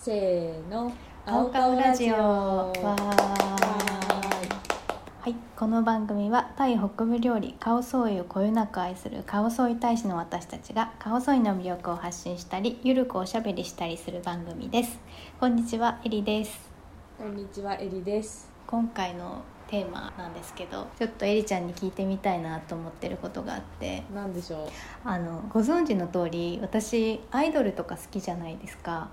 せーの、 青顔ラジオわーわはい、この番組はタイ北部料理カオソイをこよなく愛するカオソイ大使の私たちがカオソイの魅力を発信したりゆるくおしゃべりしたりする番組です。こんにちは、エリです。 こんにちは、エリです。 今回のテーマなんですけど、ちょっとエリちゃんに聞いてみたいなと思ってることがあって、 なんでしょう。 ご存知の通り私アイドルとか好きじゃないですか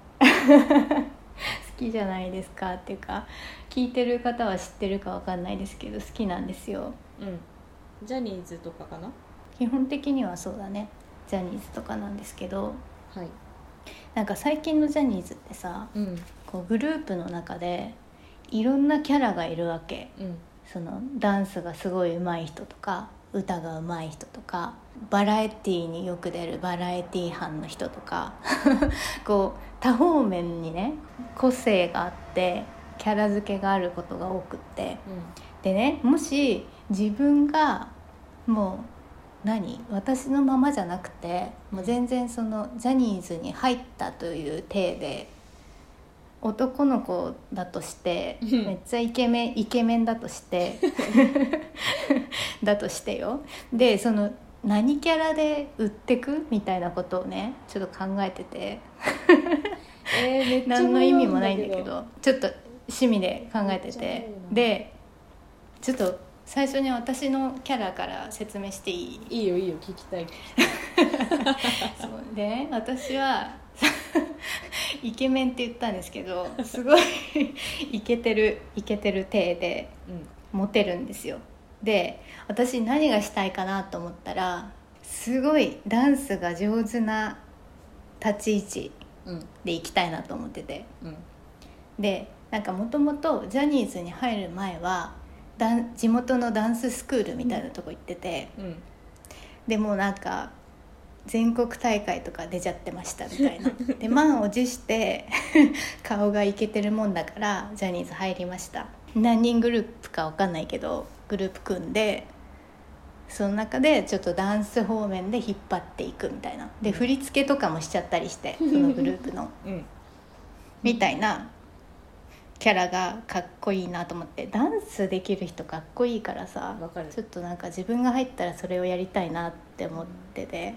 好きじゃないですかっていうか、聞いてる方は知ってるかわかんないですけど好きなんですよ。 ジャニーズとかかな。 基本的にはそうだね、ジャニーズとかなんですけど、 はい。 なんか最近のジャニーズってさ、こうグループの中でいろんなキャラがいるわけ。そのダンスがすごい上手い人とか歌が上手い人とかバラエティによく出るバラエティ班の人とかこう多方面にね個性があってキャラ付けがあることが多くって、でね、もし自分がもう私のままじゃなくてもう全然そのジャニーズに入ったという体で男の子だとしてめっちゃイケメンだとしてだとしてよ。でその何キャラで売ってくみたいなことをねちょっと考えててめっちゃ何の意味もないんだけどちょっと趣味で考えてて、でちょっと最初に私のキャラから説明していい？ いいよ聞きたいそうでね、私はイケメンって言ったんですけどすごいイケてる体でモテるんですよ。で私何がしたいかなと思ったらすごいダンスが上手な立ち位置で行きたいなと思ってて、でなんかもともとジャニーズに入る前は地元のダンススクールみたいなとこ行ってて、でもなんか全国大会とか出ちゃってましたみたいなで満を持して顔がイケてるもんだからジャニーズ入りました。何人グループか分かんないけどグループ組んでその中でちょっとダンス方面で引っ張っていくみたいなで、振り付けとかもしちゃったりしてそのグループの、みたいなキャラがかっこいいなと思って、ダンスできる人かっこいいからさ、ちょっとなんか自分が入ったらそれをやりたいなって思ってて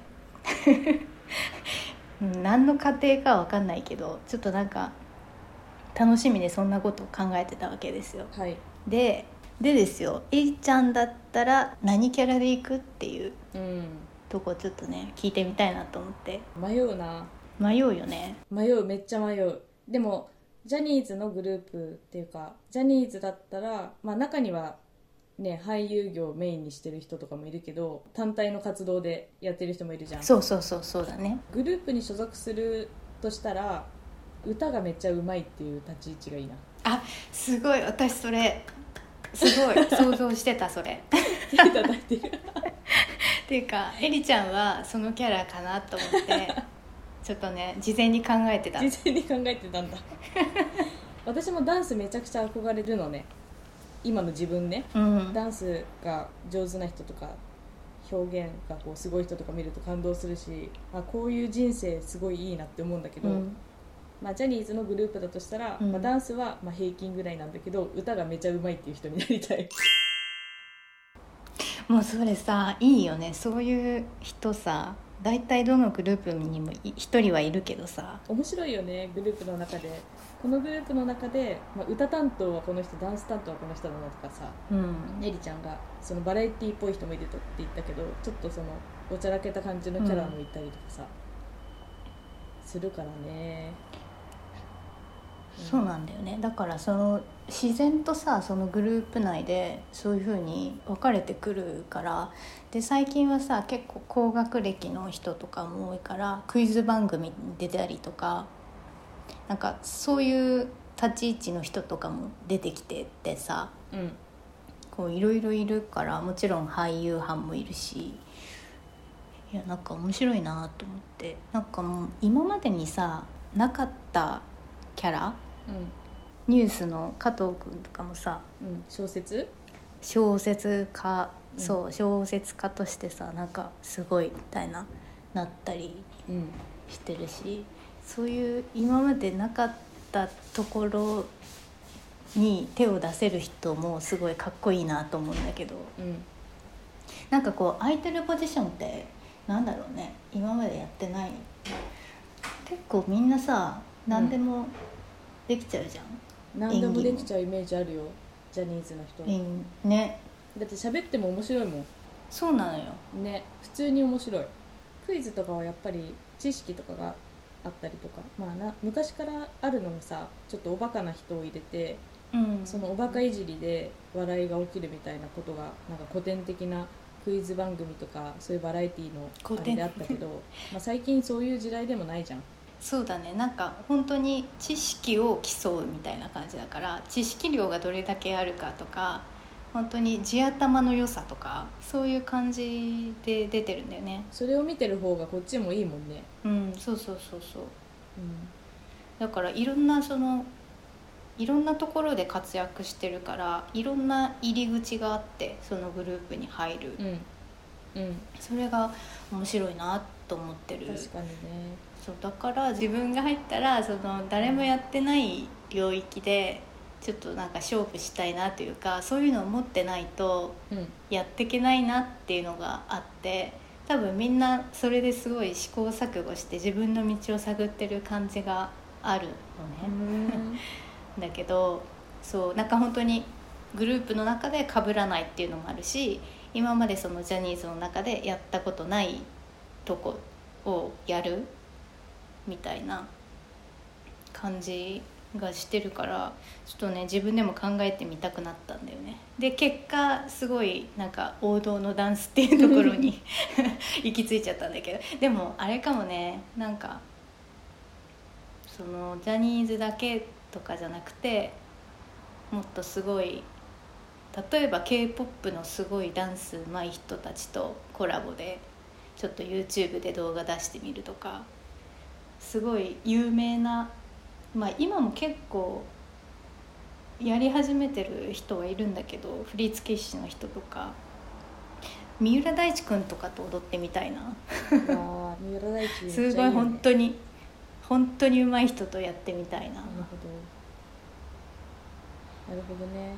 何の過程かは分かんないけどちょっとなんか楽しみでそんなことを考えてたわけですよ。でですよ、エリちゃんだったら何キャラでいくっていうとこちょっとね聞いてみたいなと思って。 迷うな。 迷うよね。 めっちゃ迷う。でもジャニーズのグループっていうかジャニーズだったら、中にはね、俳優業をメインにしてる人とかもいるけど単体の活動でやってる人もいるじゃん。 そうだね。 グループに所属するとしたら歌がめっちゃうまいっていう立ち位置がいいな。 あ、すごい、私それすごい想像してたそれ手叩いてるっていうかエリちゃんはそのキャラかなと思ってちょっとね事前に考えてたんだ私もダンスめちゃくちゃ憧れるのね、今の自分ね、ダンスが上手な人とか表現がこうすごい人とか見ると感動するし、こういう人生すごいいいなって思うんだけど、ジャニーズのグループだとしたら、ダンスは平均ぐらいなんだけど歌がめちゃうまいっていう人になりたい。 もうそれさいいよね、そういう人さだいたいどのグループにも一人はいるけどさ、 面白いよね。グループの中でこのグループの中で、歌担当はこの人、ダンス担当はこの人だなとかさ、エリちゃんがそのバラエティっぽい人もいるとって言ったけどちょっとそのおちゃらけた感じのキャラもいたりとかさ、するからね。 そうなんだよね。だからその自然とさそのグループ内でそういう風に分かれてくるから、で最近はさ結構高学歴の人とかも多いからクイズ番組に出たりとか、なんかそういう立ち位置の人とかも出てきてってさ、こういろいろいるから、もちろん俳優班もいるし、いやなんか面白いなと思って、なんかもう今までにさなかったキャラ、ニュースの加藤くんとかもさ、 小説家、小説家としてさなんかすごいみたいななったりしてるし、 そういう今までなかったところに手を出せる人もすごいかっこいいなと思うんだけど、なんかこう空いてるポジションってなんだろうね、今までやってない。結構みんなさ何でもできちゃうじゃん、 何でもできちゃうイメージあるよ、ジャニーズの人ね。 だって喋っても面白いもん。 そうなのよね、普通に面白い。クイズとかはやっぱり知識とかがあったりとか、昔からあるのもさ、ちょっとおバカな人を入れて、そのおバカいじりで笑いが起きるみたいなことがなんか古典的なクイズ番組とかそういうバラエティのあれであったけど最近そういう時代でもないじゃん。 そうだね、なんか本当に知識を競うみたいな感じだから、知識量がどれだけあるかとか、本当に地頭の良さとか、そういう感じで出てるんだよね。 それを見てる方がこっちもいいもんね。 そうそう、だからいろんなところで活躍してるから、いろんな入り口があって、そのグループに入る、それが面白いなと思ってる。 確かにね。 そうだから自分が入ったら誰もやってない領域でちょっとなんか勝負したいなというか、そういうのを持ってないとやっていけないなっていうのがあって、多分みんなそれですごい試行錯誤して自分の道を探ってる感じがあるのねだけど、そうなんか本当にグループの中で被らないっていうのもあるし、今までそのジャニーズの中でやったことないとこをやるみたいな感じがしてるから、ちょっとね自分でも考えてみたくなったんだよね。で結果すごいなんか王道のダンスっていうところに行き着いちゃったんだけど、でもあれかもね、なんかそのジャニーズだけとかじゃなくて、もっとすごい例えば K-POP のすごいダンス上手い人たちとコラボでちょっと YouTube で動画出してみるとか、すごい有名な、今も結構やり始めてる人はいるんだけど、振付師の人とか、三浦大知くんとかと踊ってみたいな三浦大知めっちゃいいよね。 すごい本当に上手い人とやってみたいな。 なるほどね。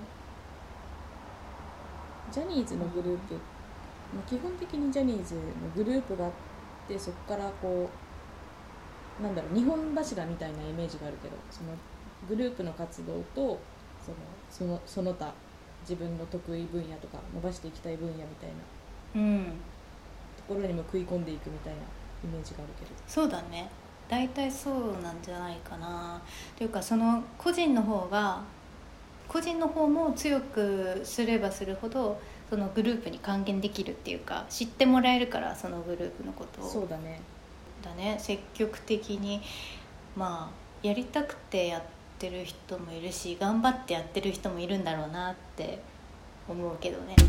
ジャニーズのグループ、基本的にジャニーズのグループがあって、そこからこうなんだろう、日本柱みたいなイメージがあるけど、そのグループの活動とその他自分の得意分野とか伸ばしていきたい分野みたいな、ところにも食い込んでいくみたいなイメージがあるけど。 そうだね、大体そうなんじゃないかな。というかその個人の方も強くすればするほどそのグループに還元できるっていうか、知ってもらえるから、そのグループのことを。 そうだね、 積極的にやりたくてやってる人もいるし、頑張ってやってる人もいるんだろうなって思うけどね。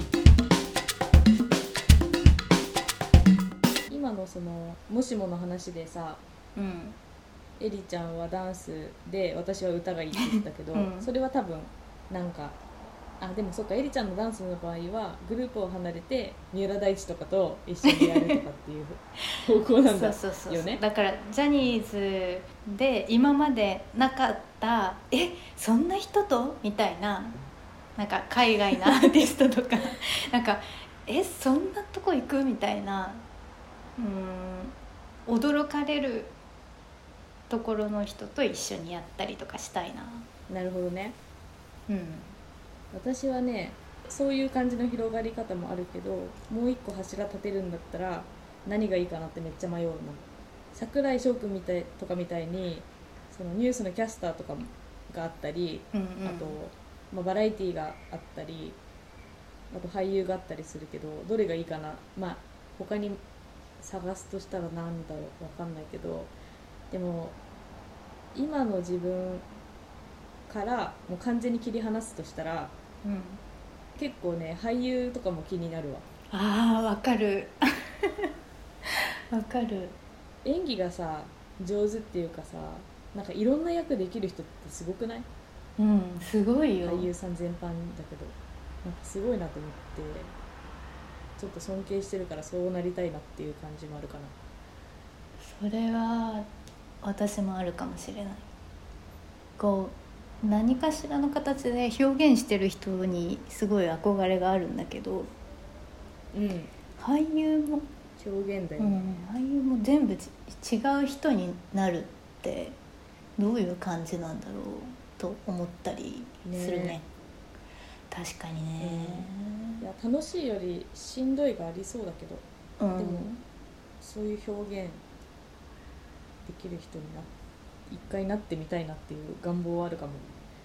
今のそのもしもの話でさ、エリちゃんはダンスで私は歌がいいって言ったけど、それは多分なんかでもそっか、エリちゃんのダンスの場合はグループを離れて三浦大知とかと一緒にやるとかっていう方向なんだよね。 そうだからジャニーズで今までなかったそんな人とみたいな、なんか海外のアーティストとかなんかそんなとこ行くみたいな、驚かれるところの人と一緒にやったりとかしたいな。 なるほどね。私はね、そういう感じの広がり方もあるけど、もう一個柱立てるんだったら何がいいかなってめっちゃ迷うな。櫻井翔くんみたいにそのニュースのキャスターとかがあったり、あと、バラエティーがあったり、あと俳優があったりするけど、どれがいいかな。他に探すとしたらなんだろう、分かんないけど、でも今の自分からもう完全に切り離すとしたら、結構ね、俳優とかも気になるわ。 わかるわかる。 演技がさ上手っていうかさ、なんかいろんな役できる人ってすごくない？ すごいよ。 俳優さん全般だけど、なんかすごいなと思って、ちょっと尊敬してるからそうなりたいなっていう感じもあるかな。 それは私もあるかもしれない。こう何かしらの形で表現してる人にすごい憧れがあるんだけど、俳優も表現だよね、 俳優も全部違う人になるってどういう感じなんだろうと思ったりするね。確かにね、 いや楽しいよりしんどいがありそうだけど、でもそういう表現できる人に一回なってみたいなっていう願望はあるかも。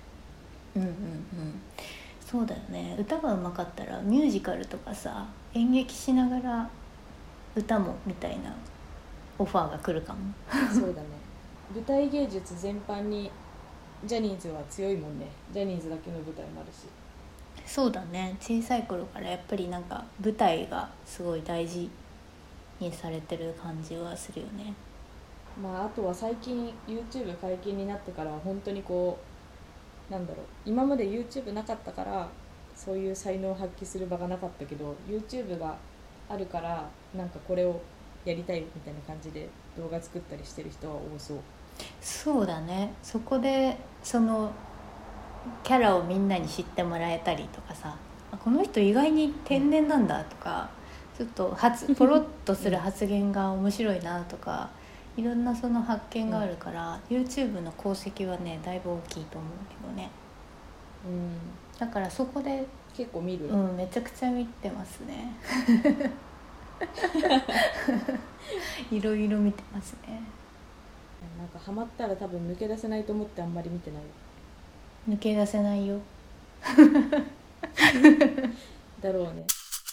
そうだよね。歌が上手かったらミュージカルとかさ、演劇しながら歌もみたいなオファーが来るかも。 そうだね。舞台芸術全般にジャニーズは強いもんね。ジャニーズだけの舞台もあるし。 そうだね。小さい頃からやっぱりなんか舞台がすごい大事にされてる感じはするよね。 まああとは最近 YouTube 解禁になってからは本当にこうなんだろう、今まで YouTube なかったからそういう才能を発揮する場がなかったけど YouTube があるからなんかこれをやりたいみたいな感じで動画作ったりしてる人は多そう。 そうだね。そこでそのキャラをみんなに知ってもらえたりとかさ、この人意外に天然なんだとか、ちょっとポロッとする発言が面白いなとか、いろんなその発見があるから、YouTube の功績はねだいぶ大きいと思うけどね。だからそこで結構見る？ めちゃくちゃ見てますね。いろいろ見てますね。 なんかハマったら多分抜け出せないと思ってあんまり見てない。 抜け出せないよ。 だろうね。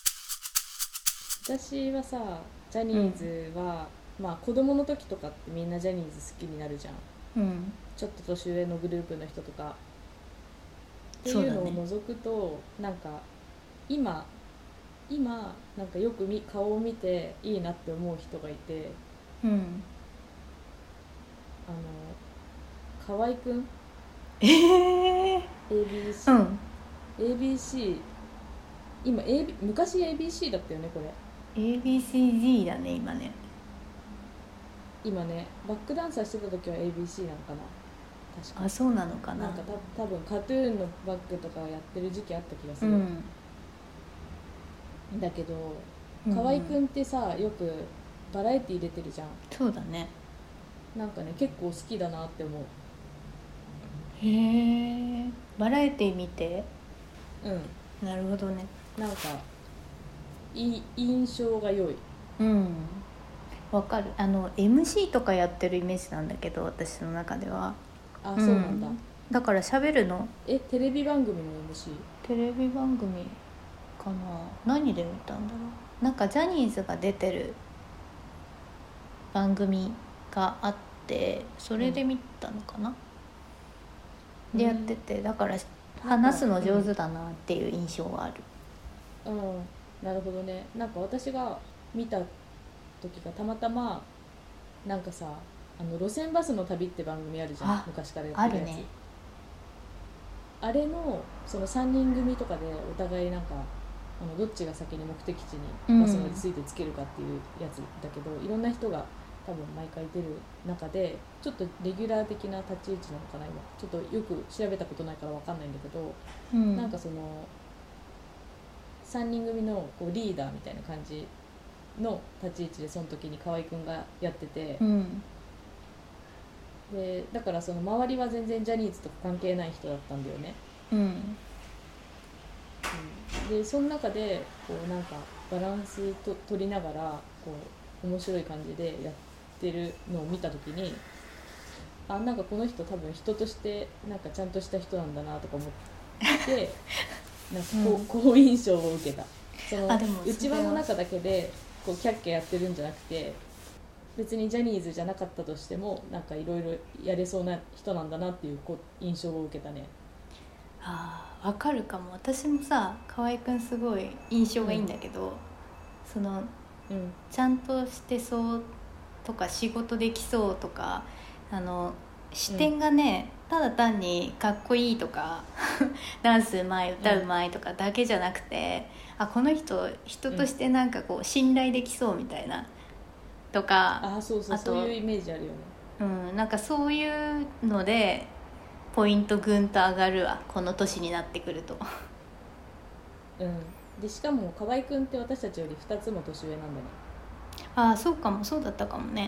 私はさ、ジャニーズは、まあ子供の時とかってみんなジャニーズ好きになるじゃん、ちょっと年上のグループの人とかっていうのを除くと、なんか今なんかよく顔を見ていいなって思う人がいて、河合くん、ABC、ABC、今、昔 ABC だったよねこれ。 ABCD だね今ね。 今ね、バックダンサーしてた時は ABC なのかな、確か。 あ、そうなのかな。 なんか多分カトゥーンのバッグとかやってる時期あった気がする、だけど河合くんってさ、よくバラエティー出てるじゃん。 そうだね。 なんかね結構好きだなって思う。 へえ、バラエティー見て。なるほどね。 なんか印象が良い。 わかる。MC とかやってるイメージなんだけど、私の中では。 あ、そうなんだ。 だから喋るの。 テレビ番組の MC？ テレビ番組かな。何で見たんだろう。なんかジャニーズが出てる番組があって、それで見たのかな、でやってて、だから話すの上手だなっていう印象はある。 なるほどね。なんか私が見た時がたまたまなんかさ、路線バスの旅って番組あるじゃん、昔からやってるやつ。あるね。あれのその3人組とかでお互いなんかどっちが先に目的地にバスまでついてつけるかっていうやつだけど、いろんな人が多分毎回出る中でちょっとレギュラー的な立ち位置なのかな。今ちょっとよく調べたことないから分かんないんだけど、なんかその3人組のこうリーダーみたいな感じの立ち位置でその時に河合くんがやってて、でだからその周りは全然ジャニーズとか関係ない人だったんだよね。でその中でこうなんかバランスと取りながらこう面白い感じでやってるのを見た時に、なんかこの人多分人としてなんかちゃんとした人なんだなとか思ってなんか好印象を受けた。その内輪の中だけでこうキャッキャやってるんじゃなくて、別にジャニーズじゃなかったとしてもなんかいろいろやれそうな人なんだなっていう印象を受けたね。 わかるかも。私もさ、河合くんすごい印象がいいんだけど、その、ちゃんとしてそうとか仕事できそうとか、視点がね、ただ単にかっこいいとかダンスうまい歌うまいとかだけじゃなくて、この人としてなんかこう信頼できそうみたいなとか、 そういうイメージあるよね。 なんかそういうのでポイントぐんと上がるわ、この年になってくると。 でしかも河合くんって私たちより2つも年上なんだね。 ああ、そうかも、そうだったかもね。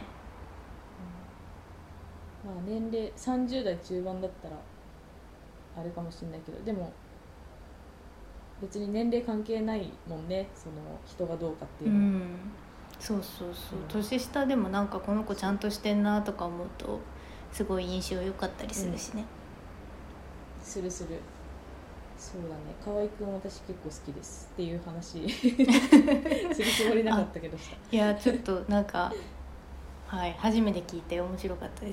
まあ年齢30代中盤だったらあれかもしれないけど、でも別に年齢関係ないもんね、その人がどうかっていうのは。 そうそうそう、年下でもなんかこの子ちゃんとしてんなとか思うとすごい印象良かったりするしね。 する。そうだね、河合くん私結構好きですっていう話するつもりなかったけどした。 いやちょっとなんかはい、初めて聞いて面白かったです。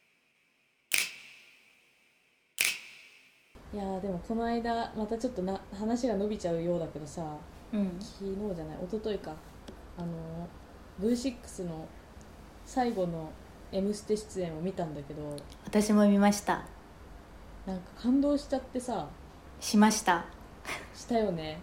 いやでもこの間またちょっと話が伸びちゃうようだけどさ、昨日じゃない一昨日か、V6 の最後の「M ステ」出演を見たんだけど、 私も見ました。 なんか感動しちゃってさ。 しましたよね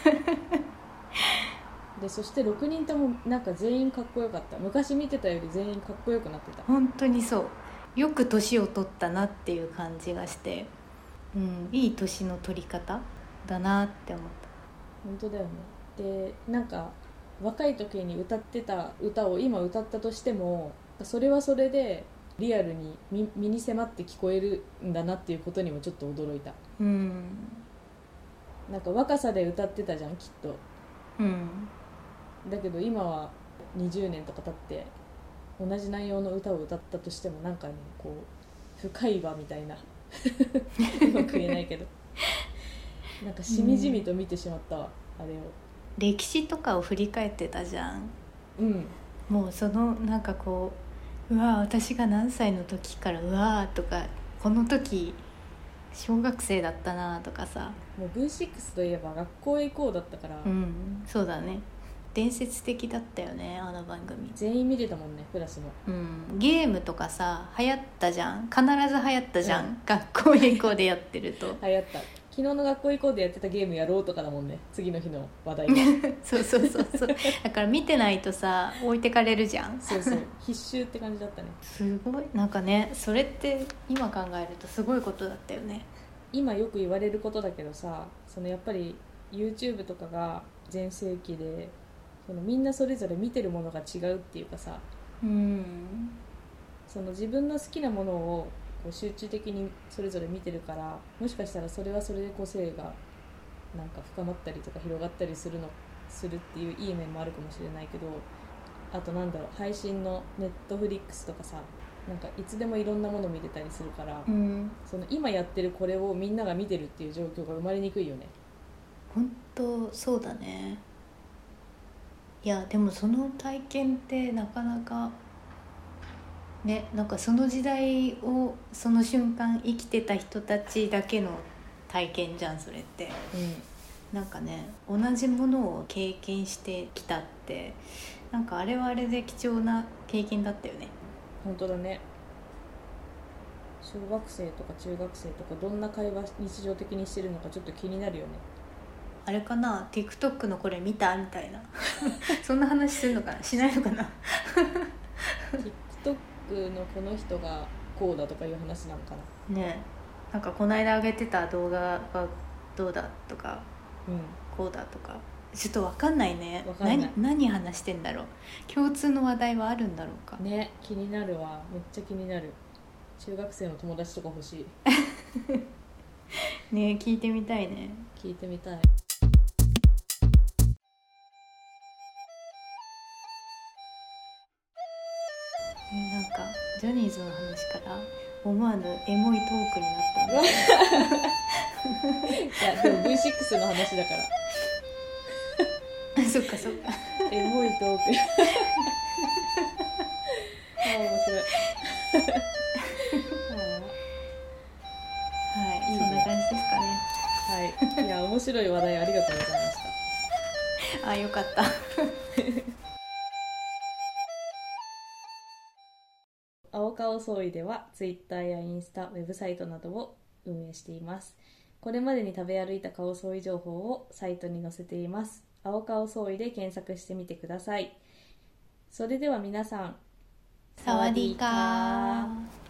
でそして6人ともなんか全員かっこよかった。昔見てたより全員かっこよくなってた。 本当にそう、よく年を取ったなっていう感じがして、いい年の取り方だなって思った。 本当だよね。でなんか若い時に歌ってた歌を今歌ったとしてもそれはそれでリアルに身に迫って聞こえるんだなっていうことにもちょっと驚いた。なんか若さで歌ってたじゃんきっと。だけど今は20年とか経って同じ内容の歌を歌ったとしてもなんかねこう深いわみたいなうまく言えないけどなんかしみじみと見てしまったわ、あれを。 歴史とかを振り返ってたじゃん。もうそのなんかこう、うわ私が何歳の時からうわとか、この時小学生だったなとかさ。 もう V6 といえば学校へ行こうだったから。 そうだね、伝説的だったよね、あの番組。 全員見てたもんねクラスの。 ゲームとかさ流行ったじゃん、必ず流行ったじゃん、学校へ行こうでやってると。 流行った。昨日の学校行こうでやってたゲームやろうとかだもんね、次の日の話題がそうだから見てないとさ置いてかれるじゃん。 そう必修って感じだったね。 すごいなんかね、それって今考えるとすごいことだったよね。 今よく言われることだけどさ、そのやっぱり YouTube とかが全盛期でそのみんなそれぞれ見てるものが違うっていうかさ、その自分の好きなものをこう集中的にそれぞれ見てるから、もしかしたらそれはそれで個性がなんか深まったりとか広がったりするっていういい面もあるかもしれないけど、あとなんだろう、配信の Netflix とかさ、なんかいつでもいろんなもの見れたりするから、その今やってるこれをみんなが見てるっていう状況が生まれにくいよね。 本当そうだね。いやでもその体験ってなかなかね、なんかその時代をその瞬間生きてた人たちだけの体験じゃんそれって。なんかね、同じものを経験してきたってなんかあれはあれで貴重な経験だったよね。 本当だね。小学生とか中学生とかどんな会話日常的にしてるのかちょっと気になるよね。 あれかな、 TikTok のこれ見たみたいなそんな話するのかな、しないのかな TikTok のこの人がこうだとかいう話なのかなね。なんかこの間上げてた動画がどうだとか、こうだとかちょっと分かんないね。何話してんだろう。共通の話題はあるんだろうかね。気になるわ、めっちゃ気になる。中学生の友達とか欲しいね、聞いてみたいね。 聞いてみたい。 なんかジャニーズの話から思わぬエモいトークになったんだいやでも V6 の話だからそっかエモいトーク面白いはい、そんな感じですかね。 はい、いや面白い話題ありがとうございましたあ、よかった青顔総意では Twitter やインスタ、ウェブサイトなどを運営しています。これまでに食べ歩いた顔総意情報をサイトに載せています。青顔総意で検索してみてください。それでは皆さん、 サワディーカー。